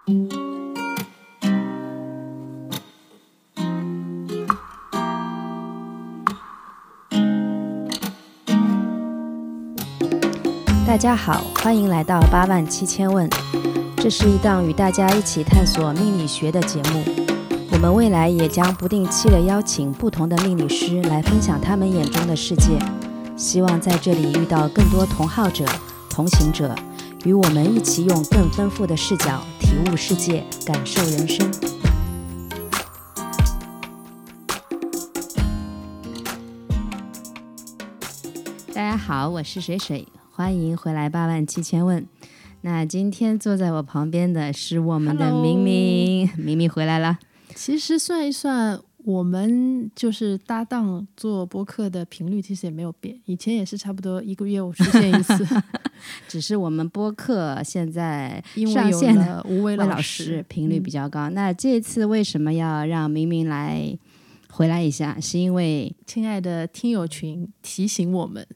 大家好，欢迎来到87000问，这是一档与大家一起探索命理学的节目。我们未来也将不定期地邀请不同的命理师来分享他们眼中的世界，希望在这里遇到更多同好者、同行者，与我们一起用更丰富的视角体悟世界，感受人生。大家好，我是水水，欢迎回来87000问。那今天坐在我旁边的是我们的明明，明明回来了。 其实算一算，我们就是搭档做播客的频率其实也没有变，以前也是差不多1个月我出现一次只是我们播客现在因为上线的吴伟老师频率比较高。那这次为什么要让明明来回来一下，是因为亲爱的听友群提醒我们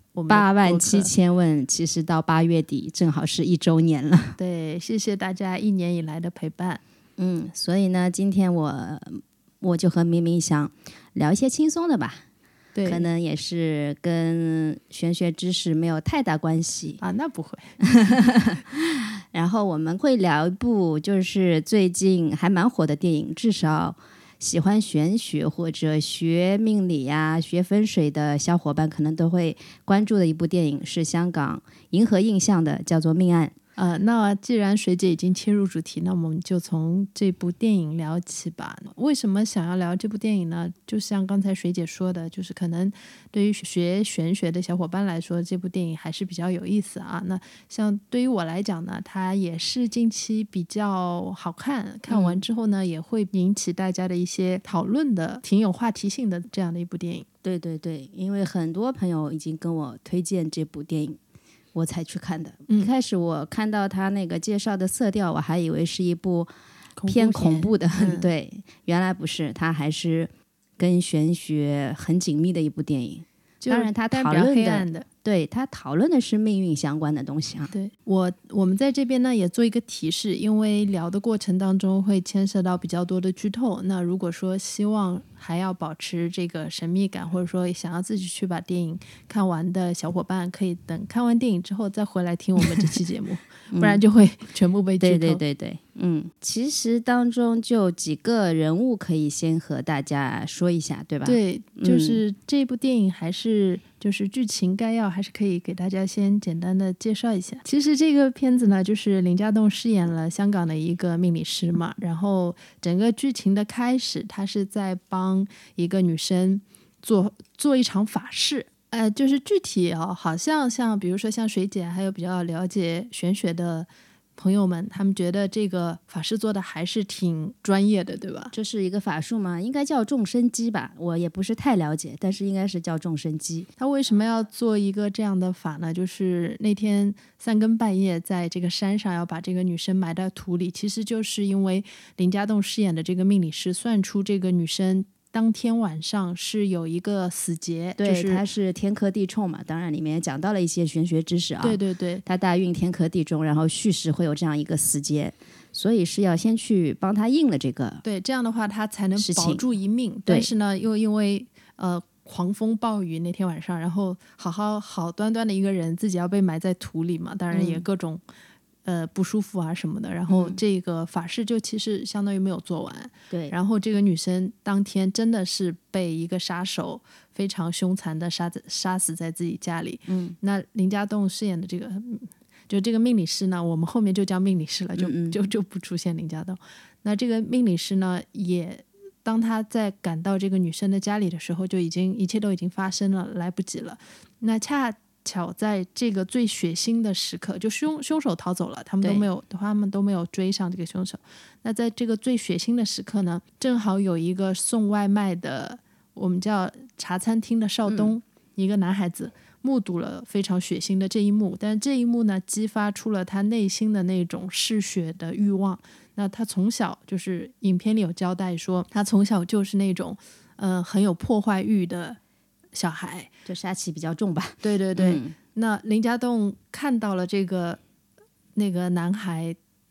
87000问其实到8月底正好是1周年了。 对，谢谢大家1年以来的陪伴。 所以呢，今天我就和明明想聊一些轻松的吧， 对， 可能也是跟玄学知识没有太大关系啊，那不会然后我们会聊一部就是最近还蛮火的电影，至少喜欢玄学或者学命理呀、学风水的小伙伴可能都会关注的一部电影，是香港银河映像的，叫做《命案》。 那既然水姐已经切入主题，那我们就从这部电影聊起吧。为什么想要聊这部电影呢？就像刚才水姐说的，就是可能对于学玄学的小伙伴来说，这部电影还是比较有意思啊。那像对于我来讲呢，它也是近期比较好看，看完之后呢，也会引起大家的一些讨论的，挺有话题性的这样的一部电影。 对对对，因为很多朋友已经跟我推荐这部电影，我才去看的。一开始我看到他那个介绍的色调，我还以为是一部偏恐怖的对，原来不是，他还是跟玄学很紧密的一部电影。当然他讨论的对，他讨论的是命运相关的东西啊。 对，我们在这边呢也做一个提示，因为聊的过程当中会牵涉到比较多的剧透，那如果说希望还要保持这个神秘感，或者说想要自己去把电影看完的小伙伴，可以等看完电影之后再回来听我们这期节目不然就会全部被剧透。 对，其实当中就几个人物可以先和大家说一下，对吧？ 对，就是这部电影还是就是剧情概要还是可以给大家先简单的介绍一下。其实这个片子呢，就是林家栋饰演了香港的一个命理师嘛，然后整个剧情的开始，他是在帮一个女生做一场法事。就是具体好像比如说像水姐还有比较了解玄学的朋友们，他们觉得这个法事做的还是挺专业的，对吧？ 这是一个法术吗？应该叫众生机吧，我也不是太了解，但是应该是叫众生机。 他为什么要做一个这样的法呢？就是那天3更半夜在这个山上要把这个女生埋在土里，其实就是因为林家栋饰演的这个命理师算出这个女生当天晚上是有一个死劫， 对， 就是它是天克地冲嘛，当然里面也讲到了一些玄学知识啊。 对， 它大运天克地冲，然后戌时会有这样一个死劫，所以是要先去帮他应了这个。 对，这样的话他才能保住一命。但是呢，又因为狂风暴雨那天晚上，然后好端端的一个人自己要被埋在土里嘛，当然也各种不舒服啊什么的，然后这个法事就其实相当于没有做完。 对， 然后这个女生当天真的是被一个杀手非常凶残的杀死在自己家里。那林家栋饰演的就这个命理师呢，我们后面就叫命理师了，就不出现林家栋。那这个命理师呢，也当他在赶到这个女生的家里的时候，就一切都已经发生了，来不及了。那恰巧在这个最血腥的时刻，就凶手逃走了，他们都没有追上这个凶手。那在这个最血腥的时刻呢，正好有一个送外卖的，我们叫茶餐厅的少东，一个男孩子目睹了非常血腥的这一幕，但这一幕呢，激发出了他内心的那种嗜血的欲望。那他从小就是影片里有交代说，他从小就是那种很有破坏欲的小孩， 就杀气比较重吧。 对，那林家栋看到了那个男孩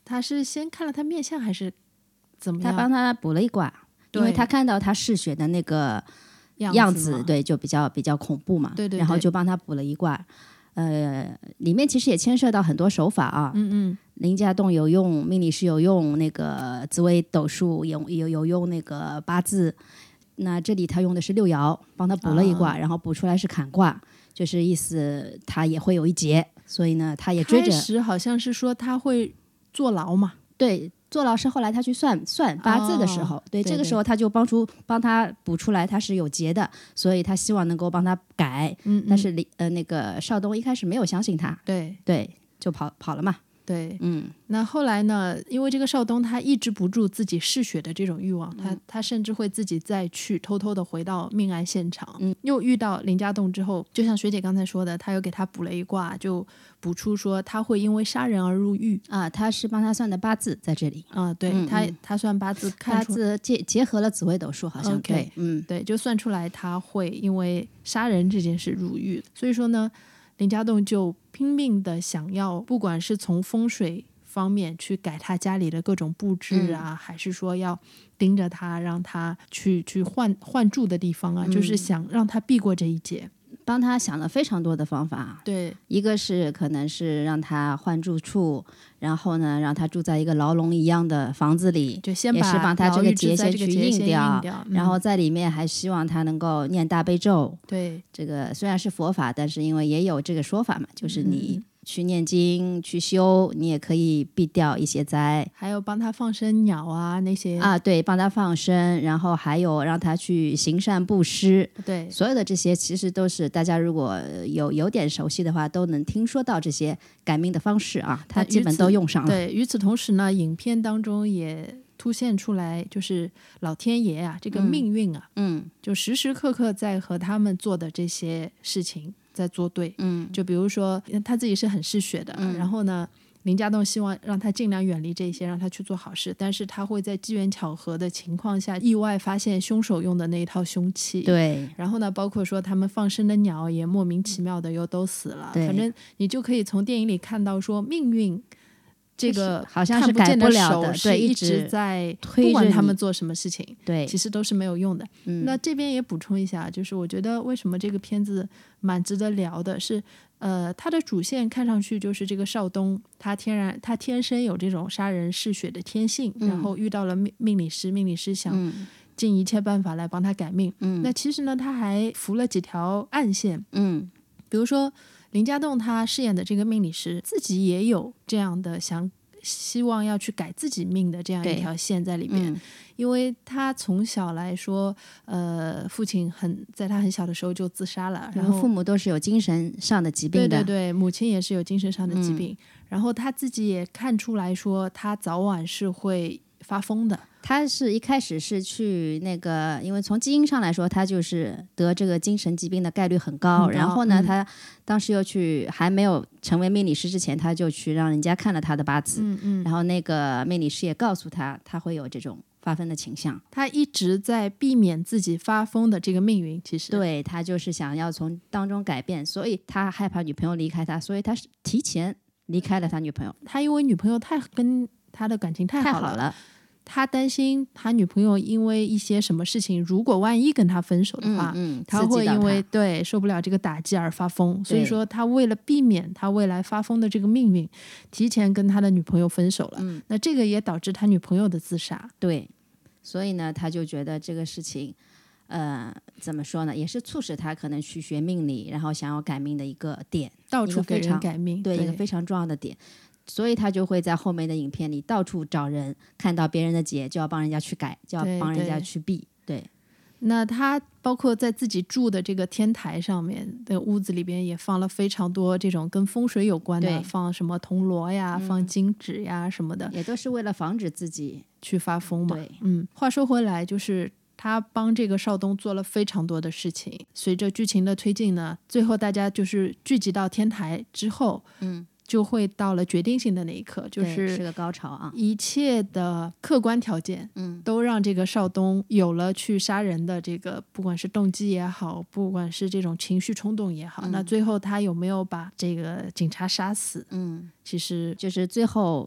他是先看了他面相还是怎么样？ 他帮他卜了一卦，因为他看到他嗜血的那个样子，对，就比较恐怖嘛。 对， 然后就帮他卜了一卦。里面其实也牵涉到很多手法啊。林家栋有用命理师，有用那个紫微斗数，有用那个八字。那这里他用的是六爻，帮他卜了一卦，然后卜出来是坎卦，就是意思他也会有一劫，所以呢，他也追着。 开始好像是说他会坐牢嘛。 对，坐牢是后来他去算八字的时候，对，这个时候他就帮他补出来他是有劫的，所以他希望能够帮他改。但是那个邵东一开始没有相信他，对，就跑了嘛。 对，那后来呢？因为这个邵东他抑制不住自己嗜血的这种欲望，他甚至会自己再去偷偷的回到命案现场，又遇到林家栋之后，就像学姐刚才说的，他又给他卜了一卦，就卜出说他会因为杀人而入狱啊。他是帮他算的八字在这里啊，对，他算八字， 八字结合了紫微斗数，好像对，对，就算出来他会因为杀人这件事入狱。所以说呢，林家栋就拼命的想要，不管是从风水方面去改他家里的各种布置啊，还是说要盯着他，让他去换住的地方啊，就是想让他避过这一劫。 帮他想了非常多的方法， 对， 一个是可能是让他换住处，然后呢让他住在一个牢笼一样的房子里， 就先把也是帮他这个劫先去应掉，然后在里面还希望他能够念大悲咒。 对， 这个虽然是佛法，但是因为也有这个说法嘛，就是你去念经去修，你也可以避掉一些灾。 还有帮他放生鸟啊那些啊，对，帮他放生，然后还有让他去行善布施。 对， 所有的这些其实都是大家如果有点熟悉的话，都能听说到这些改命的方式啊，他基本都用上了。 对，与此同时呢，影片当中也凸显出来，就是老天爷啊，这个命运啊，就时时刻刻在和他们做的这些事情在作对。就比如说他自己是很嗜血的，然后呢林家栋希望让他尽量远离这些，让他去做好事，但是他会在机缘巧合的情况下意外发现凶手用的那一套凶器。 对， 然后呢包括说他们放生的鸟也莫名其妙的又都死了。反正你就可以从电影里看到说命运这个好像是改不了的， 对，一直在不管他们做什么事情， 对， 其实都是没有用的。那这边也补充一下，就是我觉得为什么这个片子蛮值得聊的是，它的主线看上去就是这个邵东，他天生有这种杀人嗜血的天性，然后遇到了命理师，命理师想尽一切办法来帮他改命。那其实呢，他还伏了几条暗线。比如说林家栋他饰演的这个命理师自己也有这样的希望要去改自己命的这样一条线在里面。因为他从小来说父亲在他很小的时候就自杀了，然后父母都是有精神上的疾病的。 对，母亲也是有精神上的疾病。然后他自己也看出来说他早晚是会发疯的。 他是一开始是去那个，因为从基因上来说他就是得这个精神疾病的概率很高，然后呢他当时又去还没有成为命理师之前，他就去让人家看了他的八字。然后那个命理师也告诉他会有这种发疯的倾向。 他一直在避免自己发疯的这个命运，其实对，他就是想要从当中改变，所以他害怕女朋友离开他，所以他是提前离开了他女朋友。 他因为女朋友跟他的感情太好了，他担心他女朋友因为一些什么事情，如果万一跟他分手的话，他会因为对受不了这个打击而发疯。所以说他为了避免他未来发疯的这个命运，提前跟他的女朋友分手了。那这个也导致他女朋友的自杀。 对，所以呢他就觉得这个事情怎么说呢，也是促使他可能去学命理，然后想要改命的一个点， 到处给人改命。 对，一个非常重要的点。所以他就会在后面的影片里到处找人，看到别人的劫就要帮人家去改，就要帮人家去避。对， 那他包括在自己住的这个天台上面的屋子里边也放了非常多这种跟风水有关的，放什么铜锣呀，放金纸呀什么的， 也都是为了防止自己去发疯嘛。 对， 话说回来，就是他帮这个邵东做了非常多的事情。随着剧情的推进呢，最后大家就是聚集到天台之后，就会到了决定性的那一刻，就是个高潮啊！ 一切的客观条件，都让这个邵东有了去杀人的这个，不管是动机也好，不管是这种情绪冲动也好。那最后他有没有把这个警察杀死？其实就是最后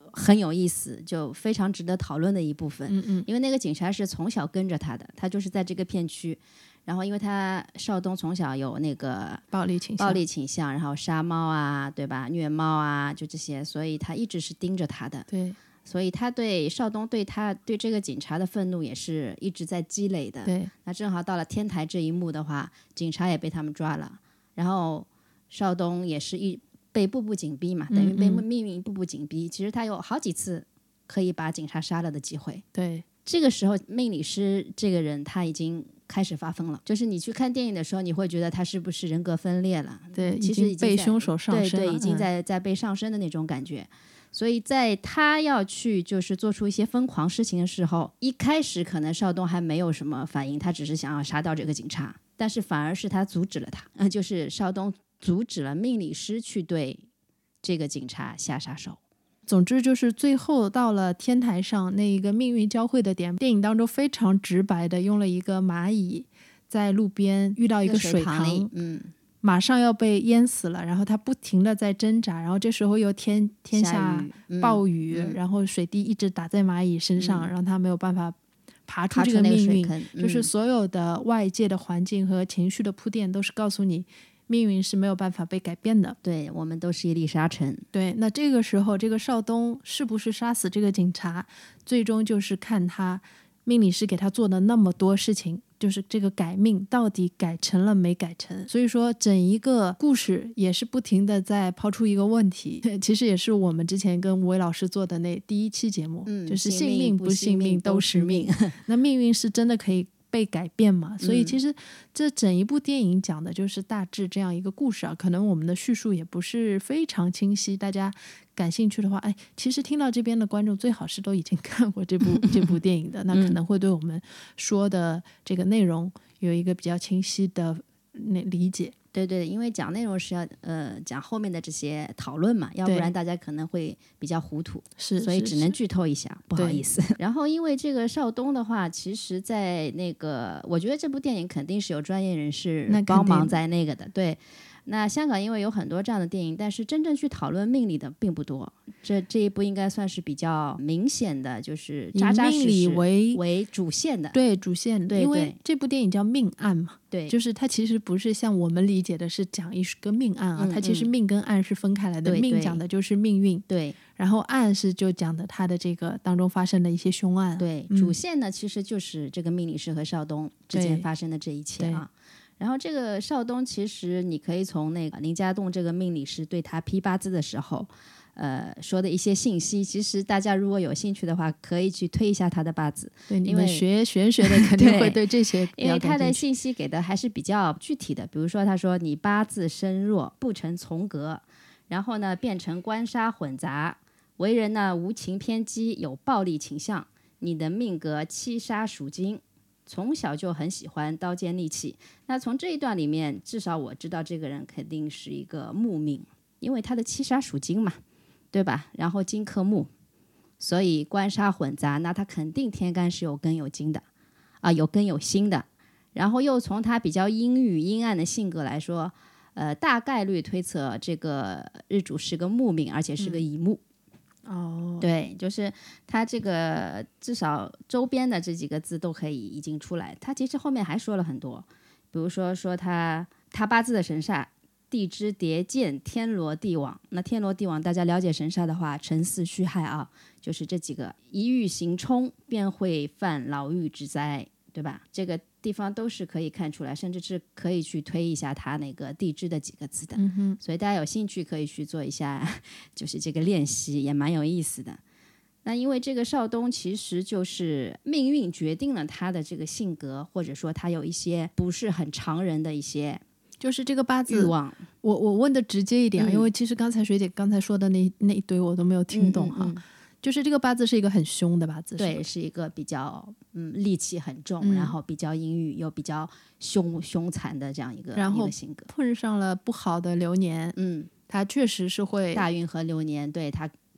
很有意思，就非常值得讨论的一部分。因为那个警察是从小跟着他的，他就是在这个片区，然后因为他邵东从小有那个暴力倾向， 然后杀猫啊，对吧，虐猫啊，就这些，所以他一直是盯着他的。 对， 所以他对邵东对这个警察的愤怒也是一直在积累的。 对， 那正好到了天台这一幕的话，警察也被他们抓了，然后邵东也是被步步紧逼嘛，等于被命运步步紧逼。其实他有好几次可以把警察杀了的机会。 对， 这个时候命理师这个人他已经开始发疯了，就是你去看电影的时候，你会觉得他是不是人格分裂了？ 对， 其实已经被凶手上身了， 对，已经在被上身的那种感觉。所以在他要去就是做出一些疯狂事情的时候，一开始可能邵东还没有什么反应，他只是想要杀掉这个警察，但是反而是他阻止了他，就是邵东阻止了命理师去对这个警察下杀手。 总之就是最后到了天台上那一个命运交汇的点，电影当中非常直白的用了一个蚂蚁在路边遇到一个水塘，马上要被淹死了，然后他不停的在挣扎，然后这时候又天下暴雨，然后水滴一直打在蚂蚁身上，让他没有办法爬出这个命运。就是所有的外界的环境和情绪的铺垫都是告诉你命运是没有办法被改变的。 对，我们都是一粒沙尘。 对，那这个时候这个邵东是不是杀死这个警察，最终就是看他命理师给他做的那么多事情，就是这个改命到底改成了没改成。所以说整一个故事也是不停的在抛出一个问题，其实也是我们之前跟吴伟老师做的那第一期节目，就是信命不信命都是命。那命运是真的可以被改变嘛？所以其实这整一部电影讲的就是大致这样一个故事啊。可能我们的叙述也不是非常清晰，大家感兴趣的话，其实听到这边的观众最好是都已经看过这部电影的，那可能会对我们说的这个内容有一个比较清晰的理解。 对对，因为讲内容是要讲后面的这些讨论嘛，要不然大家可能会比较糊涂，所以只能剧透一下，不好意思。然后因为这个邵东的话，其实在那个我觉得这部电影肯定是有专业人士帮忙在那个的，对。那香港因为有很多这样的电影，但是真正去讨论命理的并不多。这一部应该算是比较明显的，就是扎扎实实为主线的。 对，主线。 对， 因为这部电影叫命案嘛， 对， 就是它其实不是像我们理解的是讲一个命案啊，它其实命跟案是分开来的。命讲的就是命运， 对， 然后案是就讲的它的这个当中发生的一些凶案。 对，主线呢其实就是这个命理师和邵东之间发生的这一切啊。然后这个邵东其实你可以从那个林家栋这个命理师对他批八字的时候说的一些信息，其实大家如果有兴趣的话可以去推一下他的八字。 对，因为学玄学的肯定会对这些因为他的信息给的还是比较具体的。比如说他说你八字身弱，不成从格，然后呢变成官杀混杂，为人呢无情偏激，有暴力倾向，你的命格七杀属金，从小就很喜欢刀剑利器。那从这一段里面，至少我知道这个人肯定是一个木命，因为他的七杀属金嘛，对吧？然后金克木，所以官杀混杂，那他肯定天干是有根有金的啊，有根有辛的。然后又从他比较阴郁阴暗的性格来说，大概率推测这个日主是个木命，而且是个乙木。对，就是他这个至少周边的这几个字都可以已经出来。他其实后面还说了很多，比如说他八字的神煞地支叠见天罗地网。那天罗地网大家了解神煞的话，辰巳戌亥啊，就是这几个，一遇行冲便会犯牢狱之灾，对吧？这个地方都是可以看出来，甚至是可以去推一下他那个地支的几个字的。所以大家有兴趣可以去做一下就是这个练习，也蛮有意思的。那因为这个邵东其实就是命运决定了他的这个性格，或者说他有一些不是很常人的一些就是这个八字欲望。 我问的直接一点，因为其实刚才学姐刚才说的那一堆我都没有听懂哈。就是这个八字是一个很凶的八字， 对，是一个比较戾气很重，然后比较阴郁又比较凶残的这样一个性格。 碰上了不好的流年，他确实是会大运和流年，对，他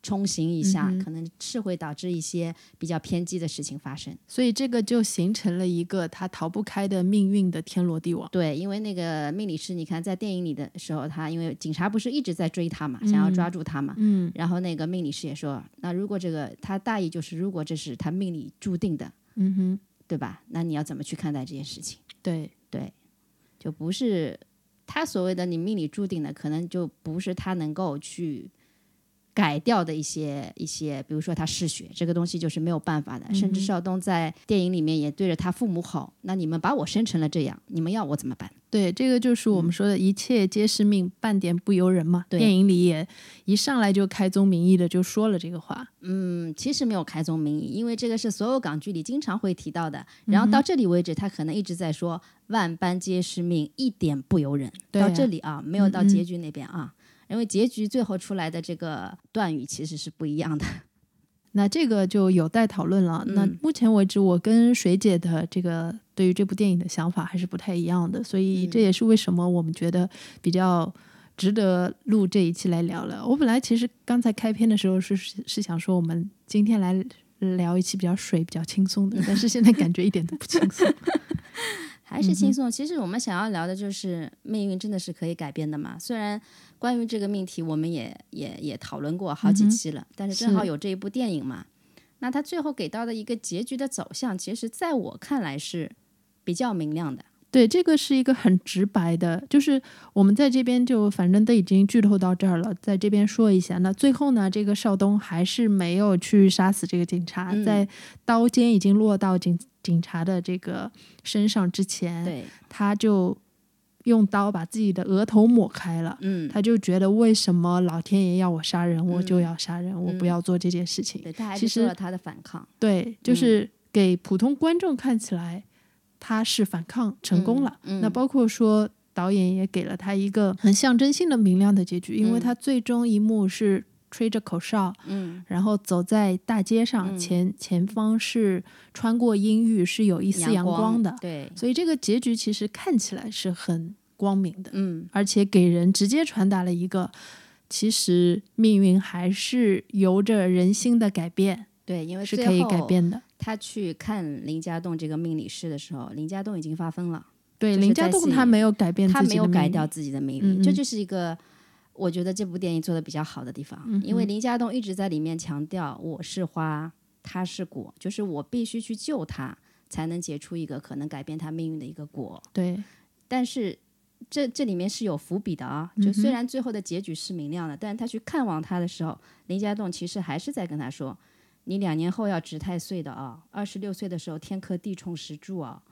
冲刑一下，可能是会导致一些比较偏激的事情发生。 所以这个就形成了一个他逃不开的命运的天罗地网。 对，因为那个命理师，你看在电影里的时候，他因为警察不是一直在追他嘛，想要抓住他嘛，然后那个命理师也说，那如果这个他大意就是，如果这是他命里注定的，对吧？那你要怎么去看待这件事情？ 对， 就不是他所谓的你命里注定的，可能就不是他能够去改掉的一些，比如说他嗜血这个东西就是没有办法的。甚至邵东在电影里面也对着他父母吼，那你们把我生成了这样，你们要我怎么办？ 对，这个就是我们说的一切皆是命，半点不由人嘛。 对， 电影里也一上来就开宗明义的就说了这个话。 其实没有开宗明义，因为这个是所有港剧里经常会提到的。然后到这里为止，他可能一直在说万般皆是命，一点不由人。到这里啊，没有到结局那边啊。因为结局最后出来的这个段语其实是不一样的， 那这个就有待讨论了。那目前为止，我跟水姐的这个对于这部电影的想法还是不太一样的，所以这也是为什么我们觉得比较值得录这一期来聊了。我本来其实刚才开篇的时候是想说我们今天来聊一期比较水、比较轻松的，但是现在感觉一点都不轻松。 还是轻松。其实我们想要聊的就是命运真的是可以改变的嘛？虽然关于这个命题我们也讨论过好几期了，但是正好有这一部电影嘛，那他最后给到的一个结局的走向，其实在我看来是比较明亮的。 对，这个是一个很直白的，就是我们在这边就反正都已经剧透到这儿了，在这边说一下。那最后呢，这个邵东还是没有去杀死这个警察，在刀尖已经落到警察的这个身上之前， 对， 他就用刀把自己的额头抹开了。他就觉得为什么老天爷要我杀人，我就要杀人，我不要做这件事情。 对，他还是做了他的反抗。 对，就是给普通观众看起来他是反抗成功了。那包括说导演也给了他一个很象征性的明亮的结局，因为他最终一幕是吹着口哨，然后走在大街上，前方是穿过阴郁，是有一丝阳光的。 对， 所以这个结局其实看起来是很光明的，而且给人直接传达了一个其实命运还是由着人心的改变， 对，因为是可以改变的。 他去看林家栋这个命理师的时候，林家栋已经发疯了。 对，林家栋他没有改变自己的命运， 他没有改掉自己的命运，这就是一个我觉得这部电影做的比较好的地方。因为林家栋一直在里面强调我是花，他是果，就是我必须去救他，才能结出一个可能改变他命运的一个果。 对， 但是这里面是有伏笔的啊。就虽然最后的结局是明亮的，但是他去看望他的时候，林家栋其实还是在跟他说，你2年后要值太岁的啊，26岁的时候天克地冲时柱啊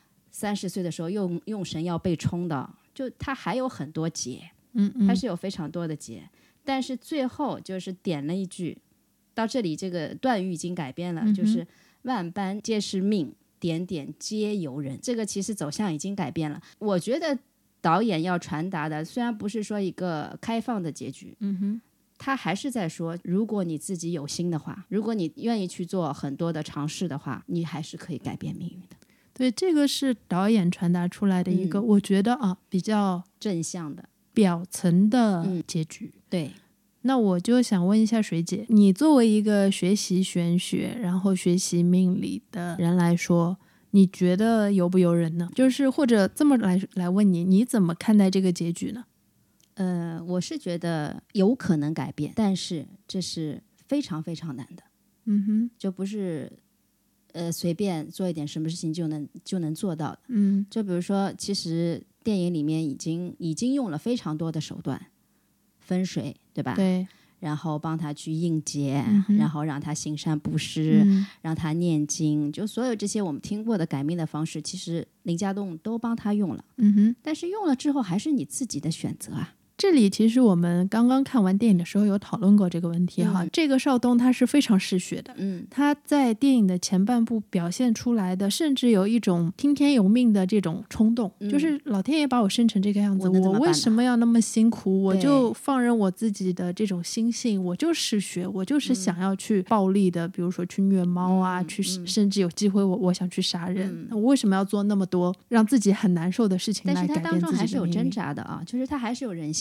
，30岁的时候用神要被冲的，就他还有很多劫，他是有非常多的劫。但是最后就是点了一句，到这里这个段语已经改变了，就是万般皆是命，点点皆由人。这个其实走向已经改变了。我觉得导演要传达的虽然不是说一个开放的结局，他还是在说，如果你自己有心的话，如果你愿意去做很多的尝试的话，你还是可以改变命运的。 对，这个是导演传达出来的一个，我觉得啊比较正向的表层的结局。 对， 那我就想问一下水姐，你作为一个学习玄学然后学习命理的人来说，你觉得由不由人呢？就是或者这么来问你，你怎么看待这个结局呢？ 我是觉得有可能改变，但是这是非常非常难的。就不是随便做一点什么事情就能做到的。就比如说，其实电影里面已经用了非常多的手段，分水，对吧？ 对。 然后帮他去应劫，然后让他行善布施，让他念经，就所有这些我们听过的改命的方式，其实林家栋都帮他用了。但是用了之后还是你自己的选择啊。 这里其实我们刚刚看完电影的时候有讨论过这个问题哈。这个邵东他是非常嗜血的，他在电影的前半部表现出来的，甚至有一种听天由命的这种冲动，就是老天爷把我生成这个样子，我为什么要那么辛苦？我就放任我自己的这种心性，我就嗜血，我就是想要去暴力的，比如说去虐猫啊，去甚至有机会我想去杀人。我为什么要做那么多让自己很难受的事情来改变自己的命运？ 但是他当中还是有挣扎的啊，就是他还是有人性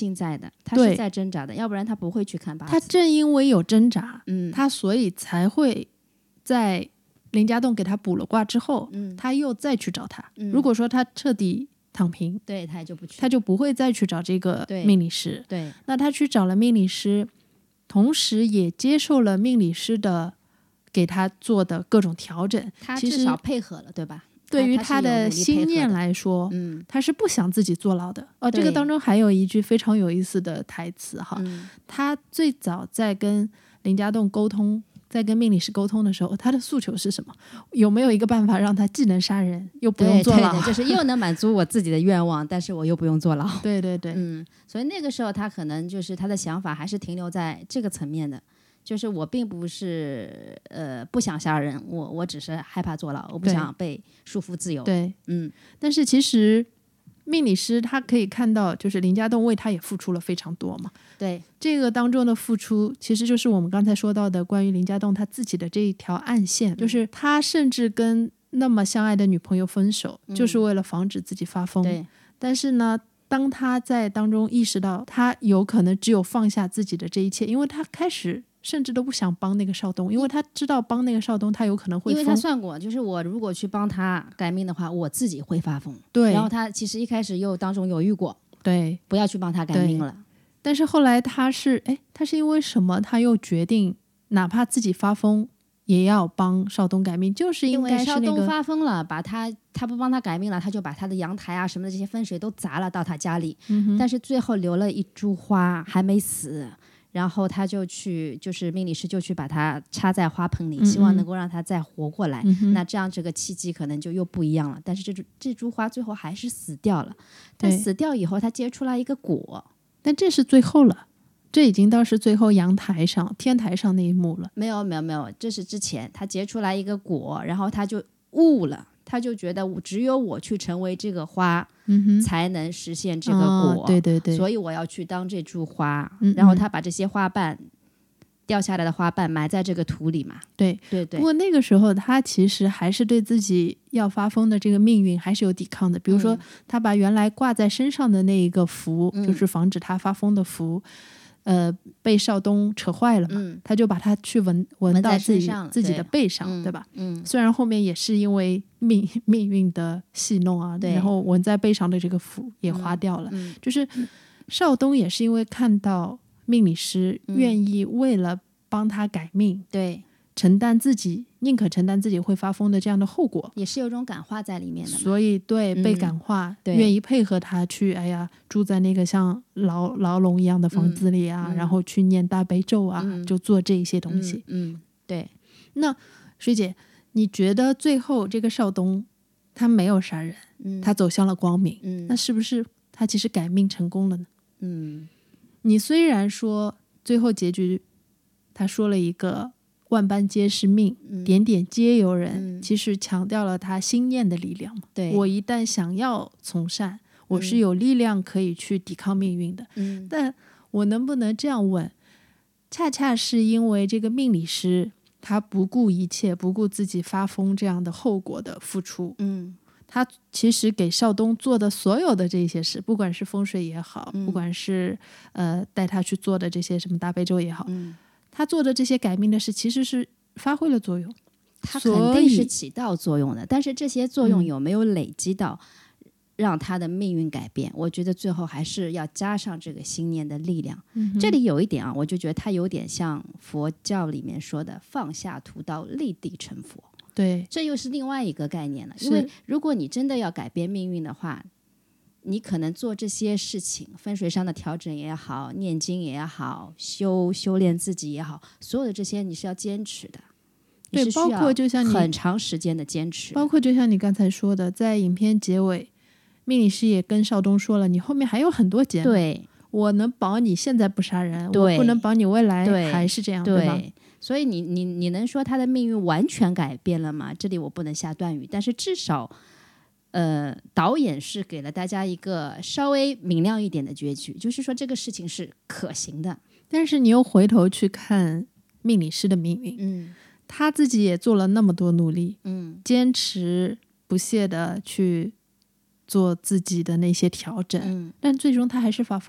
性在的，他对是在挣扎的，要不然他不会去看八字。 他正因为有挣扎， 嗯， 他所以才会在林家栋给他卜了卦之后，他又再去找他。如果说他彻底躺平， 对，他就不去， 他就不会再去找这个命理师。 对， 那他去找了命理师，同时也接受了命理师的给他做的各种调整。 他其实至少配合了，对吧？ 对于他的心念来说，他是不想自己坐牢的。这个当中还有一句非常有意思的台词哈，他最早在跟林家栋沟通，在跟命理师沟通的时候，他的诉求是什么？有没有一个办法让他既能杀人又不用坐牢？ 对，就是又能满足我自己的愿望，但是我又不用坐牢。 对对对， 所以那个时候他可能就是他的想法还是停留在这个层面的。就是我并不是不想杀人，我只是害怕坐牢，我不想被束缚自由。 对，但是其实命理师他可以看到，就是林家栋为他也付出了非常多嘛。 对， 这个当中的付出，其实就是我们刚才说到的关于林家栋他自己的这一条暗线，就是他甚至跟那么相爱的女朋友分手，就是为了防止自己发疯。 对， 但是呢，当他在当中意识到他有可能只有放下自己的这一切，因为他开始甚至都不想帮那个少东，因为他知道帮那个少东他有可能会疯， 因为他算过，就是我如果去帮他改命的话，我自己会发疯。 对， 然后他其实一开始又当中犹豫过， 对， 不要去帮他改命了。 但是后来他是因为什么？他又决定哪怕自己发疯也要帮少东改命，就是应该是少东发疯了，把他不帮他改命了，他就把他的阳台啊什么的这些风水都砸了到他家里，但是最后留了一株花还没死。然后他就是命理师就去把它插在花盆里，希望能够让它再活过来。那这样这个契机可能就又不一样了。但是这株花最后还是死掉了。但死掉以后，它结出来一个果。 但这是最后了，这已经到是最后阳台上天台上那一幕了。 没有，这是之前它结出来一个果，然后他就悟了。他就觉得只有我去成为这个花，才能实现这个果。 对对对， 所以我要去当这株花。然后他把这些花瓣掉下来的花瓣埋在这个土里嘛。 对对对。 不过那个时候他其实还是对自己要发疯的这个命运还是有抵抗的。比如说他把原来挂在身上的那一个符，就是防止他发疯的符。被少东扯坏了嘛，他就把它去闻到自己的背上，对吧？虽然后面也是因为命运的戏弄啊，然后闻在背上的这个符也花掉了。就是少东也是因为看到命理师愿意为了帮他改命， 对， 宁可承担自己会发疯的这样的后果， 也是有种感化在里面的嘛。 所以被感化，愿意配合他去，住在那个像牢笼一样的房子里啊，然后去念大悲咒啊，就做这一些东西。 对。 那水姐，你觉得最后这个少东他没有杀人，他走向了光明，那是不是他其实改命成功了呢？你虽然说最后结局他说了一个万般皆是命，点点皆由人，其实强调了他心念的力量嘛。 对， 我一旦想要从善，我是有力量可以去抵抗命运的。但我能不能这样问，恰恰是因为这个命理师他不顾一切，不顾自己发疯这样的后果的付出，他其实给少东做的所有的这些事，不管是风水也好，不管是带他去做的这些什么大悲咒也好，他做的这些改命的事其实是发挥了作用， 他肯定是起到作用的。但是这些作用有没有累积到让他的命运改变，我觉得最后还是要加上这个心念的力量。这里有一点啊，我就觉得他有点像佛教里面说的放下屠刀立地成佛。 对， 这又是另外一个概念了。因为如果你真的要改变命运的话，你可能做这些事情，风水上的调整也好，念经也好，修炼自己也好，所有的这些你是要坚持的。 对，包括就像你很长时间的坚持， 包括就像你刚才说的，在影片结尾，命理师也跟少东说了，你后面还有很多劫。 对， 我能保你现在不杀人，我不能保你未来还是这样，对吧？ 所以你能说他的命运完全改变了吗？这里我不能下断语，但是至少导演是给了大家一个稍微明亮一点的结局，就是说这个事情是可行的。 但是你又回头去看命理师的命运，他自己也做了那么多努力，坚持不懈的去做自己的那些调整，但最终他还是发疯了。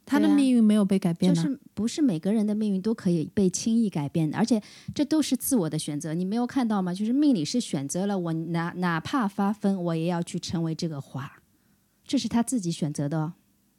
他的命运没有被改变呢， 就是不是每个人的命运都可以被轻易改变的，而且这都是自我的选择。你没有看到吗？就是命理是选择了我哪怕发疯，我也要去成为这个花，这是他自己选择的哦。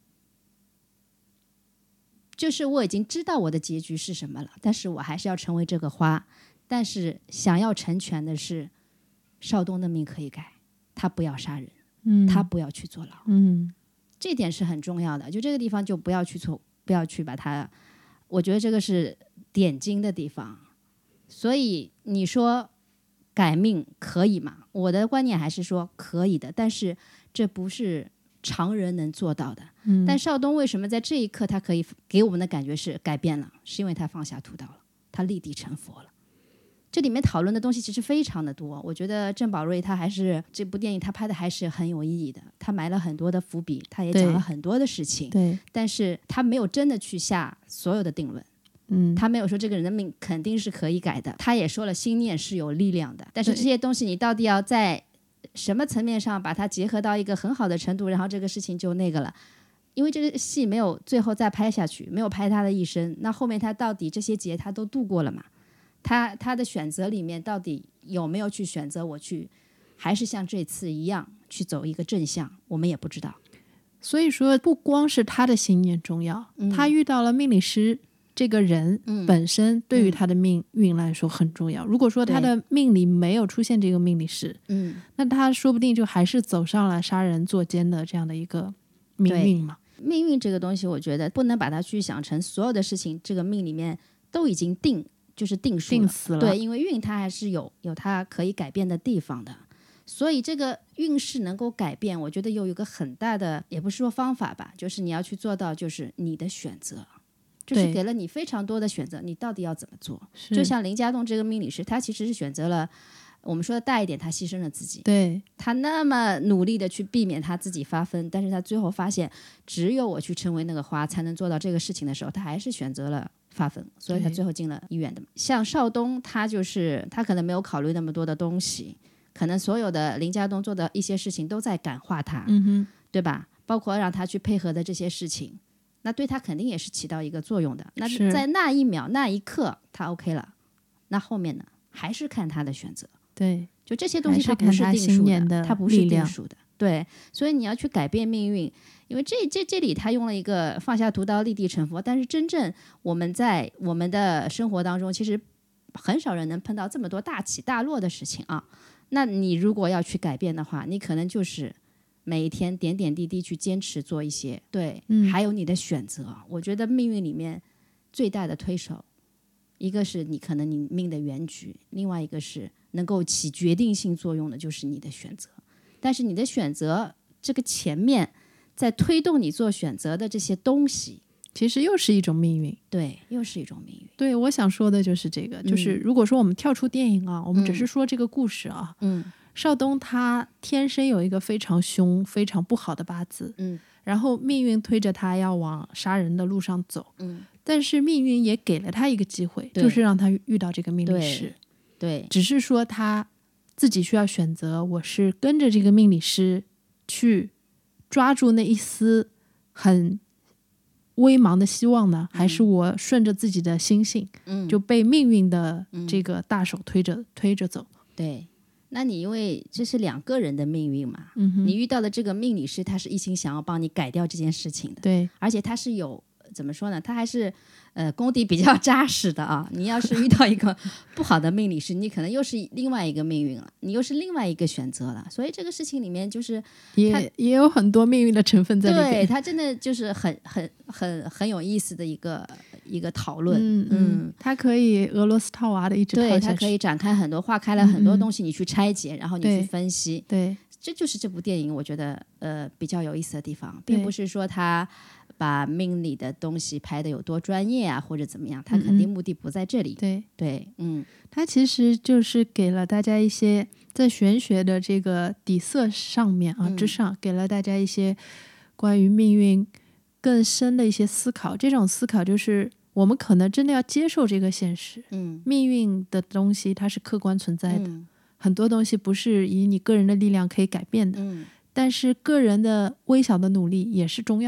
就是我已经知道我的结局是什么了，但是我还是要成为这个花。但是想要成全的是，少东的命可以改，他不要杀人，他不要去坐牢，这点是很重要的。就这个地方就不要去把它，我觉得这个是点睛的地方。所以你说改命可以吗？我的观念还是说可以的，但是这不是常人能做到的。但少东为什么在这一刻他可以给我们的感觉是改变了，是因为他放下屠刀了，他立地成佛了。这里面讨论的东西其实非常的多，我觉得郑宝瑞他还是这部电影他拍的还是很有意义的，他埋了很多的伏笔，他也讲了很多的事情， 对， 但是他没有真的去下所有的定论。他没有说这个人的命肯定是可以改的，他也说了心念是有力量的，但是这些东西你到底要在什么层面上把它结合到一个很好的程度，然后这个事情就那个了。因为这个戏没有最后再拍下去，没有拍他的一生，那后面他到底这些劫他都度过了嘛？他的选择里面到底有没有去选择我去还是像这次一样去走一个正向，我们也不知道。 所以说不光是他的心念重要，他遇到了命理师这个人本身对于他的命运来说很重要。如果说他的命里没有出现这个命理师，那他说不定就还是走上了杀人作奸的这样的一个命运嘛。 命运这个东西我觉得不能把它去想成所有的事情这个命里面都已经就是定数了， 定死了。 对，因为运它还是有它可以改变的地方的，所以这个运势能够改变，我觉得有一个很大的，也不是说方法吧，就是你要去做到，就是你的选择，就是给了你非常多的选择，你到底要怎么做？就像林家栋这个命理师，他其实是选择了，我们说的大一点，他牺牲了自己， 对， 他那么努力的去避免他自己发疯，但是他最后发现，只有我去成为那个花才能做到这个事情的时候，他还是选择了发疯，所以他最后进了医院的。像少东，他可能没有考虑那么多的东西，可能所有的林家栋做的一些事情都在感化他，对吧？包括让他去配合的这些事情，那对他肯定也是起到一个作用的。那在那一秒那一刻他 OK 了，那后面呢还是看他的选择。 对， 就这些东西它不是定数的，它不是定数的。对，所以你要去改变命运，因为这里他用了一个放下屠刀立地成佛，但是真正我们在我们的生活当中，其实很少人能碰到这么多大起大落的事情啊。那你如果要去改变的话，你可能就是每一天点点滴滴去坚持做一些，对，还有你的选择。我觉得命运里面最大的推手，一个是你可能你命的原局，另外一个是能够起决定性作用的就是你的选择。但是你的选择这个前面在推动你做选择的这些东西， 其实又是一种命运。 对，又是一种命运。 对，我想说的就是这个，就是如果说我们跳出电影啊，我们只是说这个故事啊，少东他天生有一个非常凶非常不好的八字，然后命运推着他要往杀人的路上走，但是命运也给了他一个机会，就是让他遇到这个命理师。 对， 只是说他自己需要选择，我是跟着这个命理师去抓住那一丝很微茫的希望呢，还是我顺着自己的心性，就被命运的这个大手推着走。 对，那你因为这是两个人的命运嘛，你遇到的这个命理师，他是一心想要帮你改掉这件事情的， 对， 而且他是有怎么说呢？他还是功底比较扎实的啊。你要是遇到一个不好的命理师，你可能又是另外一个命运了，你又是另外一个选择了。所以这个事情里面就是也有很多命运的成分在里面。 对，他真的就是很有意思的一个讨论。 他可以俄罗斯套娃的一直套下去， 对，他可以展开很多，划开了很多东西，你去拆解，然后你去分析。 对， 这就是这部电影我觉得比较有意思的地方，并不是说他把命理的东西拍的有多专业啊，或者怎么样，他肯定目的不在这里。 对，他其实就是给了大家一些在玄学的这个底色上面啊之上，给了大家一些关于命运更深的一些思考。这种思考就是我们可能真的要接受这个现实，命运的东西它是客观存在的，很多东西不是以你个人的力量可以改变的，但是个人的微小的努力也是重要的。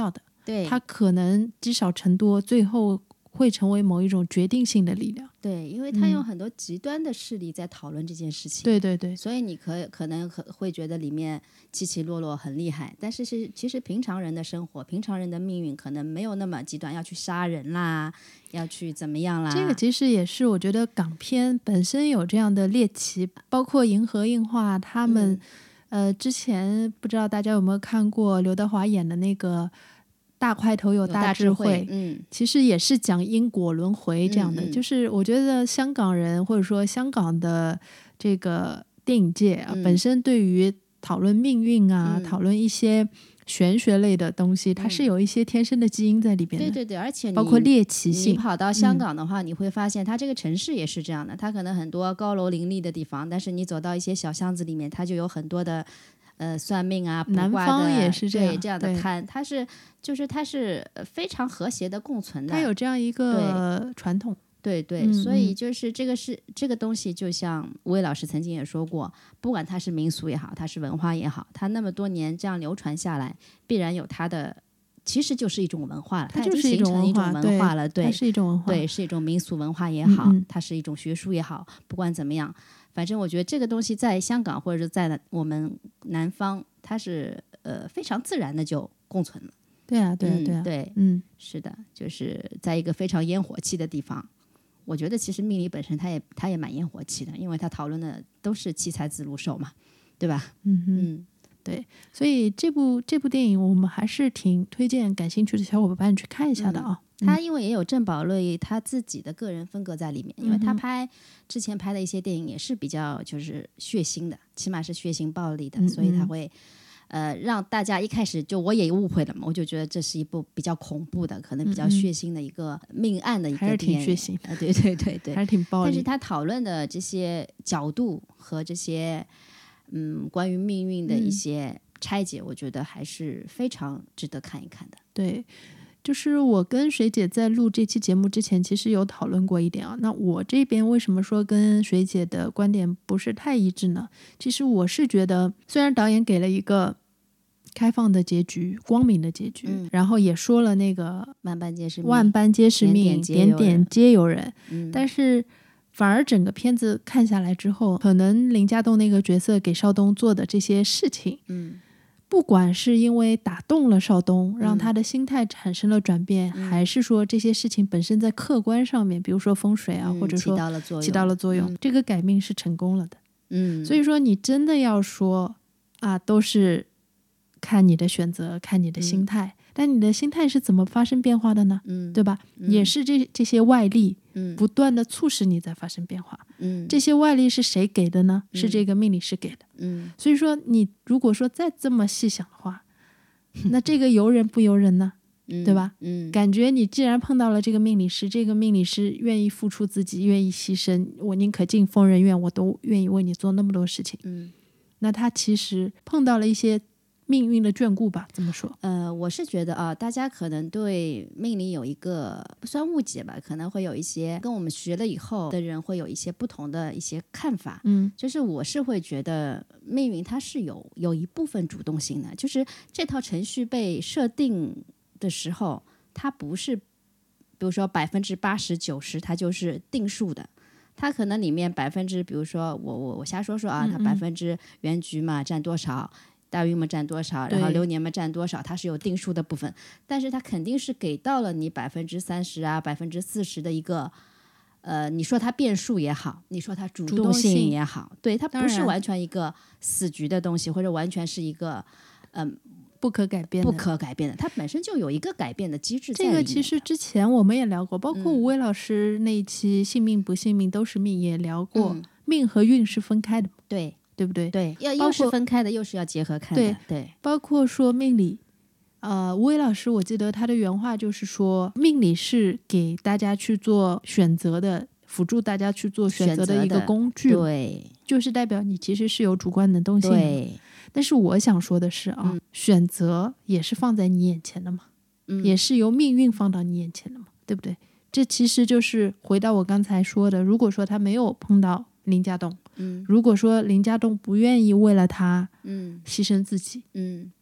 对， 它可能积少成多，最后会成为某一种决定性的力量。 对，因为他有很多极端的势力在讨论这件事情。 对对对， 所以你可能会觉得里面起起落落很厉害，但是其实平常人的生活、平常人的命运可能没有那么极端，要去杀人啦，要去怎么样啦。 这个其实也是我觉得港片本身有这样的猎奇，包括银河映画他们，之前不知道大家有没有看过刘德华演的那个大块头有大智慧，其实也是讲因果轮回这样的。就是我觉得香港人或者说香港的这个电影界啊，本身对于讨论命运啊，讨论一些玄学类的东西，它是有一些天生的基因在里边的。 对对对，而且包括猎奇性。 你跑到香港的话，你会发现它这个城市也是这样的，它可能很多高楼林立的地方，但是你走到一些小巷子里面，它就有很多的算命啊、卜卦的， 南方也是这样， 对这样的摊，它是非常和谐的共存的， 它有这样一个传统。 对对，所以就是这个东西，就像吴伟老师曾经也说过，不管它是民俗也好，它是文化也好，它那么多年这样流传下来，必然有它的，其实就是一种文化了， 它就是已经形成一种文化了，对， 它是一种文化， 对，是一种民俗文化也好，它是一种学术也好，不管怎么样，反正我觉得这个东西在香港或者是在我们南方，它是非常自然的就共存了。 对啊，对啊，对啊， 对，是的，就是在一个非常烟火气的地方。我觉得其实命理本身它也蛮烟火气的，因为它讨论的都是七彩子禄寿嘛，对吧？ 对，所以这部电影我们还是挺推荐感兴趣的小伙伴去看一下的啊。 他因为也有郑宝瑞他自己的个人风格在里面，因为他之前拍的一些电影也是比较就是血腥的，起码是血腥暴力的，所以他会让大家一开始就我也误会了嘛，我就觉得这是一部比较恐怖的，可能比较血腥的一个命案的一个电影， 还是挺血腥， 对对对对， 还是挺暴力。 但是他讨论的这些角度和这些关于命运的一些拆解，我觉得还是非常值得看一看的。 对，就是我跟水姐在录这期节目之前，其实有讨论过一点啊。那我这边为什么说跟水姐的观点不是太一致呢？其实我是觉得，虽然导演给了一个开放的结局、光明的结局，然后也说了那个万般皆是命，点点皆有人，但是反而整个片子看下来之后，可能林家栋那个角色给邵东做的这些事情，不管是因为打动了邵东，让他的心态产生了转变，还是说这些事情本身在客观上面，比如说风水啊，或者说起到了作用，这个改命是成功了的。所以说你真的要说啊，都是看你的选择，看你的心态，但你的心态是怎么发生变化的呢？对吧？也是这些外力不断的促使你在发生变化。这些外力是谁给的呢？是这个命理师给的。所以说你如果说再这么细想的话，那这个由人不由人呢？对吧？感觉你既然碰到了这个命理师，这个命理师愿意付出自己，愿意牺牲，我宁可进疯人院，我都愿意为你做那么多事情。那他其实碰到了一些命运的眷顾吧，这么说。 我是觉得啊，大家可能对命理有一个不算误解吧，可能会有一些跟我们学了以后的人会有一些不同的一些看法。就是我是会觉得命运它是有一部分主动性的，就是这套程序被设定的时候，它不是比如说80%、90%它就是定数的。它可能里面比如说我瞎说啊，它%原局嘛占多少，大运嘛占多少，然后流年嘛占多少，它是有定数的部分，但是它肯定是给到了你30%啊40%的一个你说它变数也好，你说它主动性也好，对，它不是完全一个死局的东西，或者完全是一个不可改变的，它本身就有一个改变的机制在里面。 这个其实之前我们也聊过，包括吴伟老师那一期信命不信命都是命也聊过，命和运是分开的，对不对？ 对，又是分开的，又是要结合看的。对， 包括说命理，吴伟老师我记得他的原话就是说，命理是给大家去做选择的，辅助大家去做选择的一个工具。 对， 就是代表你其实是有主观能动性的。 对， 但是我想说的是啊，选择也是放在你眼前的嘛，也是由命运放到你眼前的嘛，对不对？这其实就是回到我刚才说的，如果说他没有碰到林家栋，如果说林家栋不愿意为了他牺牲自己，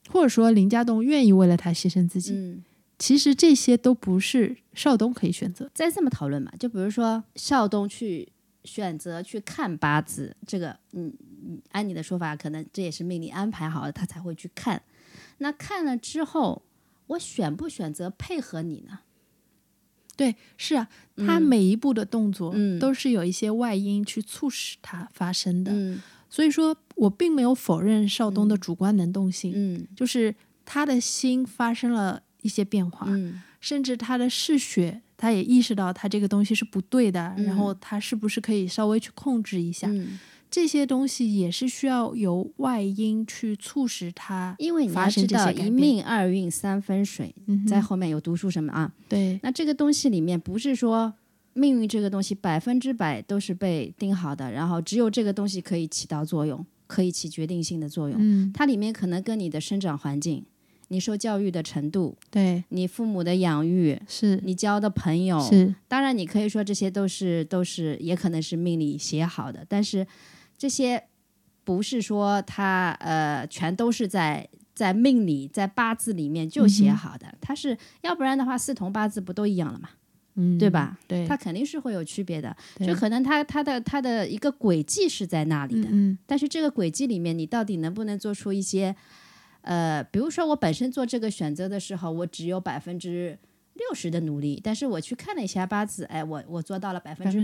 或者说林家栋愿意为了他牺牲自己，其实这些都不是少东可以选择。 再这么讨论嘛，就比如说少东去选择去看八字，这个按你的说法，可能这也是命里安排好了，他才会去看。那看了之后，我选不选择配合你呢？ 对，是啊，他每一步的动作都是有一些外因去促使它发生的。所以说我并没有否认少东的主观能动性，就是他的心发生了一些变化，甚至他的嗜血，他也意识到他这个东西是不对的，然后他是不是可以稍微去控制一下。这些东西也是需要由外因去促使它发生这些改变。因为你要知道一命二运三分水，在后面有读书什么啊？ 对， 那这个东西里面不是说命运这个东西100%都是被定好的，然后只有这个东西可以起到作用，可以起决定性的作用。它里面可能跟你的生长环境、你受教育的程度， 对， 你父母的养育， 是你交的朋友， 是， 当然你可以说这些都是也可能是命里写好的，但是这些不是说它全都是在命里在八字里面就写好的，它是要不然的话四同八字不都一样了嘛？对吧？ 对， 它肯定是会有区别的，就可能它的一个轨迹是在那里的，但是这个轨迹里面你到底能不能做出一些比如说我本身做这个选择的时候，我只有60%的努力，但是我去看了一下八字，我做到了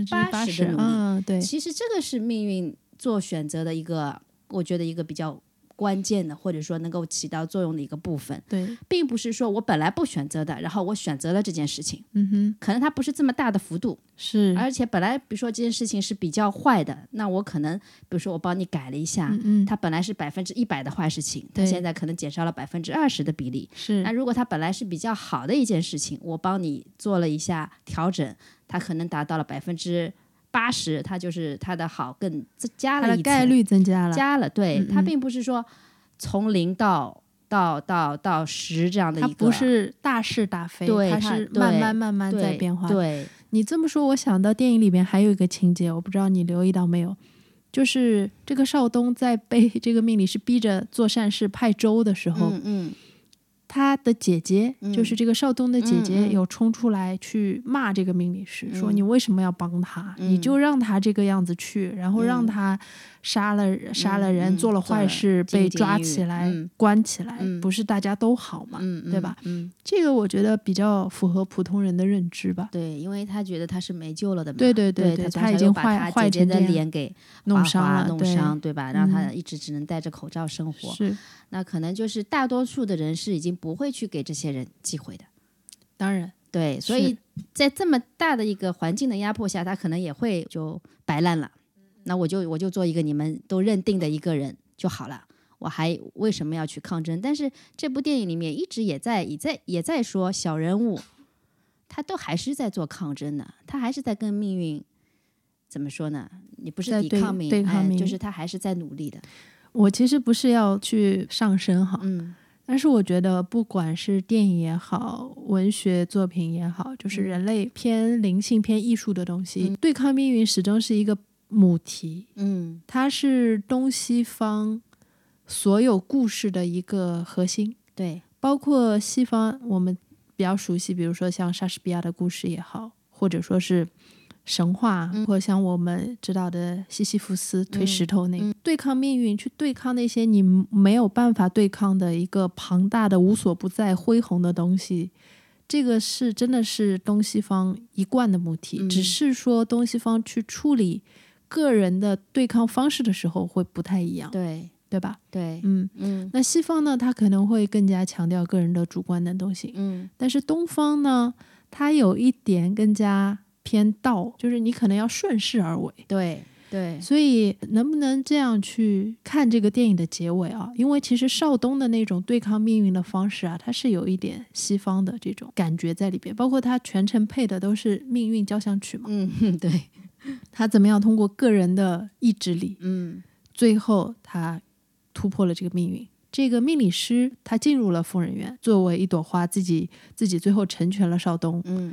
80%的努力。 对， 其实这个是命运做选择的一个，我觉得一个比较关键的，或者说能够起到作用的一个部分。 对， 并不是说我本来不选择的，然后我选择了这件事情。可能它不是这么大的幅度， 是， 而且本来比如说这件事情是比较坏的，那我可能比如说我帮你改了一下，它本来是100%的坏事情，它现在可能减少了20%的比例。 是， 那如果它本来是比较好的一件事情，我帮你做了一下调整，它可能达到了80%，它就是它的好更加了一层，它的概率增加了， 对，它并不是说从0到10这样的一个， 它不是大是大非，它是慢慢在变化。 对， 你这么说，我想到电影里边还有一个情节，我不知道你留意到没有，就是这个少东在被这个命理师逼着做善事派粥的时候，他的姐姐，就是这个少东的姐姐，有冲出来去骂这个命理师，说你为什么要帮他？你就让他这个样子去，然后让他杀了人，做了坏事，被抓起来，关起来，不是大家都好嘛，对吧？这个我觉得比较符合普通人的认知吧。 对，因为他觉得他是没救了的嘛。 对， 他已经把他姐姐的脸给弄伤了，对吧？让他一直只能戴着口罩生活。 是。 那可能就是大多数的人是已经不会去给这些人机会的， 当然对，所以在这么大的一个环境的压迫下，他可能也会就摆烂了。那我就做一个你们都认定的一个人就好了，我还为什么要去抗争？但是这部电影里面一直也在说小人物，他都还是在做抗争的，他还是在跟命运怎么说呢？你不是抵抗命运，就是他还是在努力的。 我其实不是要去上升哈，但是我觉得不管是电影也好，文学作品也好，就是人类偏灵性偏艺术的东西，对抗命运始终是一个母题，它是东西方所有故事的一个核心。 对， 包括西方我们比较熟悉，比如说像莎士比亚的故事也好，或者说是神话，或者像我们知道的西西弗斯推石头那个，对抗命运，去对抗那些你没有办法对抗的一个庞大的无所不在恢宏的东西，这个是真的是东西方一贯的母题，只是说东西方去处理个人的对抗方式的时候会不太一样，对吧？ 对， 那西方呢，它可能会更加强调个人的主观能动性，但是东方呢，它有一点更加偏道，就是你可能要顺势而为。 对， 所以能不能这样去看这个电影的结尾啊？因为其实少东的那种对抗命运的方式啊，它是有一点西方的这种感觉在里边，包括他全程配的都是命运交响曲嘛。 对， 他怎么样通过个人的意志力，最后他突破了这个命运。这个命理师他进入了疯人院，作为一朵花，自己最后成全了少东。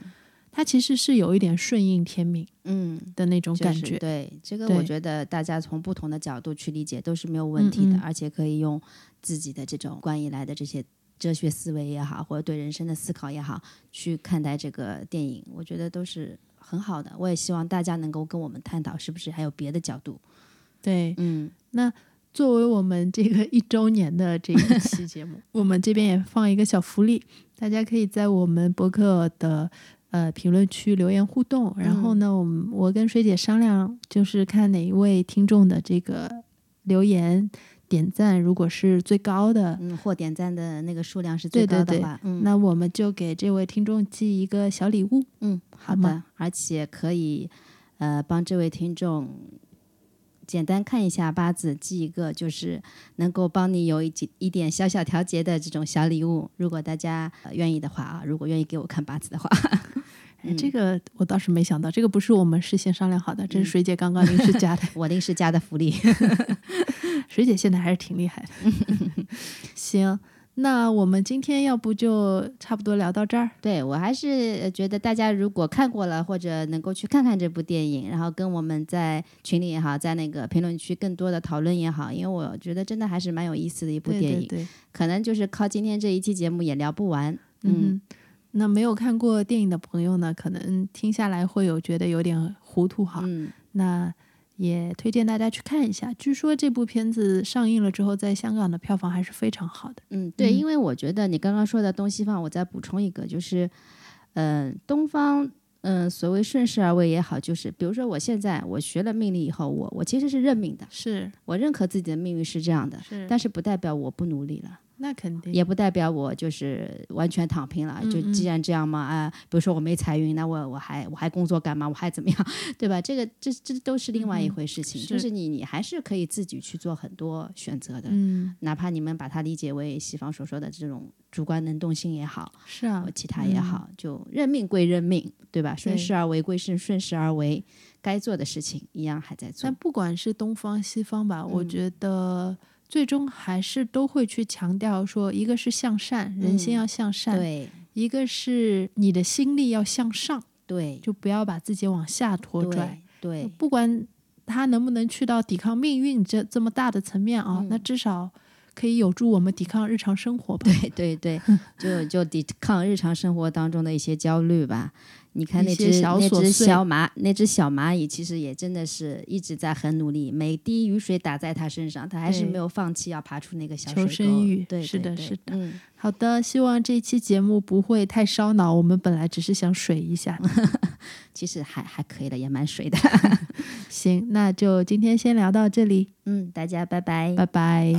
它其实是有一点顺应天命的那种感觉。 就是、对，这个我觉得大家从不同的角度去理解都是没有问题的，而且可以用自己的这种观以来的这些哲学思维也好，或者对人生的思考也好，去看待这个电影，我觉得都是很好的。我也希望大家能够跟我们探讨是不是还有别的角度。 对，那作为我们这个1周年的这一期节目我们这边也放一个小福利，大家可以在我们博客的评论区留言互动，然后呢我跟水姐商量，就是看哪一位听众的这个留言点赞如果是最高的， 或点赞的那个数量是最高的话， 对，那我们就给这位听众寄一个小礼物。 好的，而且可以帮这位听众简单看一下八字，寄一个就是能够帮你有一点小小调节的这种小礼物，如果大家愿意的话啊，如果愿意给我看八字的话这个我倒是没想到，这个不是我们事先商量好的，这是水姐刚刚临时加的我临时加的福利水姐现在还是挺厉害的行，那我们今天要不就差不多聊到这儿。 对，我还是觉得大家如果看过了，或者能够去看看这部电影，然后跟我们在群里也好，在那个评论区更多的讨论也好，因为我觉得真的还是蛮有意思的一部电影。 对， 可能就是靠今天这一期节目也聊不完。 那没有看过电影的朋友呢，可能听下来会觉得有点糊涂哈。那也推荐大家去看一下，据说这部片子上映了之后在香港的票房还是非常好的。 对，因为我觉得你刚刚说的东西方，我再补充一个，就是东方所谓顺势而为也好，就是比如说我现在我学了命理以后，我其实是认命的， 是我认可自己的命运是这样的，但是不代表我不努力了， 那肯定也不代表我就是完全躺平了，就既然这样嘛，比如说我没财运，那我还工作干嘛？我还怎么样，对吧？这都是另外一回事情，就是你还是可以自己去做很多选择的，哪怕你们把它理解为西方所说的这种主观能动性也好， 是啊， 其他也好，就认命归认命，对吧？顺势而为归顺势而为，该做的事情一样还在做。 但不管是东方西方吧，我觉得最终还是都会去强调说，一个是向善，人心要向善， 对； 一个是你的心力要向上， 对， 就不要把自己往下拖拽， 对， 不管他能不能去到抵抗命运这么大的层面啊，那至少可以有助我们抵抗日常生活吧。 对，就抵抗日常生活当中的一些焦虑吧。你看那只小蚂蚁其实也真的是一直在很努力，每滴雨水打在它身上，它还是没有放弃要爬出那个小水沟。 求生欲， 对， 是的。好的，希望这期节目不会太烧脑，我们本来只是想水一下其实还可以的，也蛮水的行，那就今天先聊到这里， 大家拜拜， 拜拜。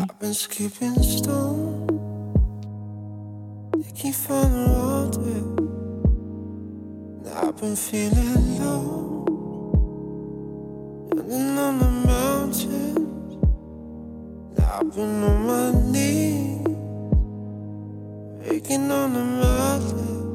I've been feeling low, running on the mountains. I've been on my knees, waking on the mountain.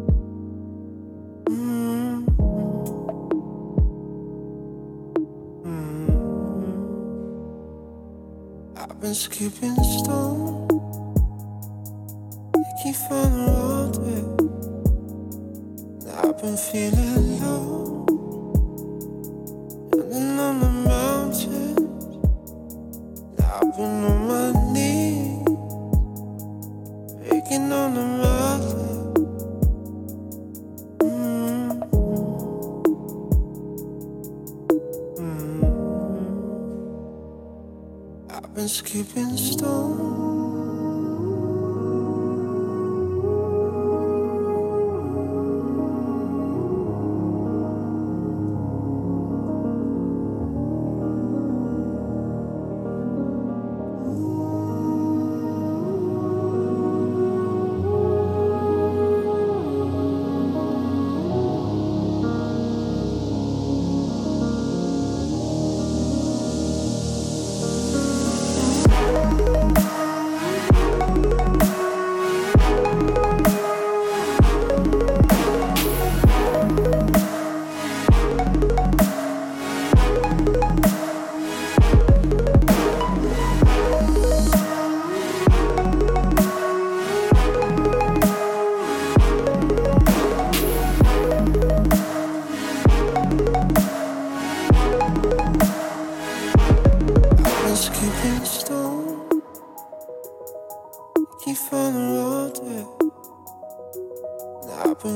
I've been skipping stones, they keep on the roadway. I've been feeling low, running on the mountains. I've been on my knees, waking on the mountain. I've been skipping stones.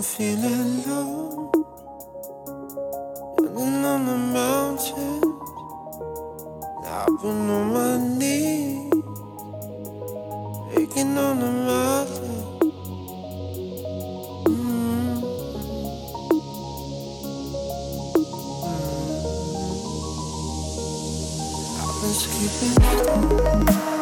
feeling low, running on the mountain. Now I've been on my knees, aching on the mountain. I've been sleeping.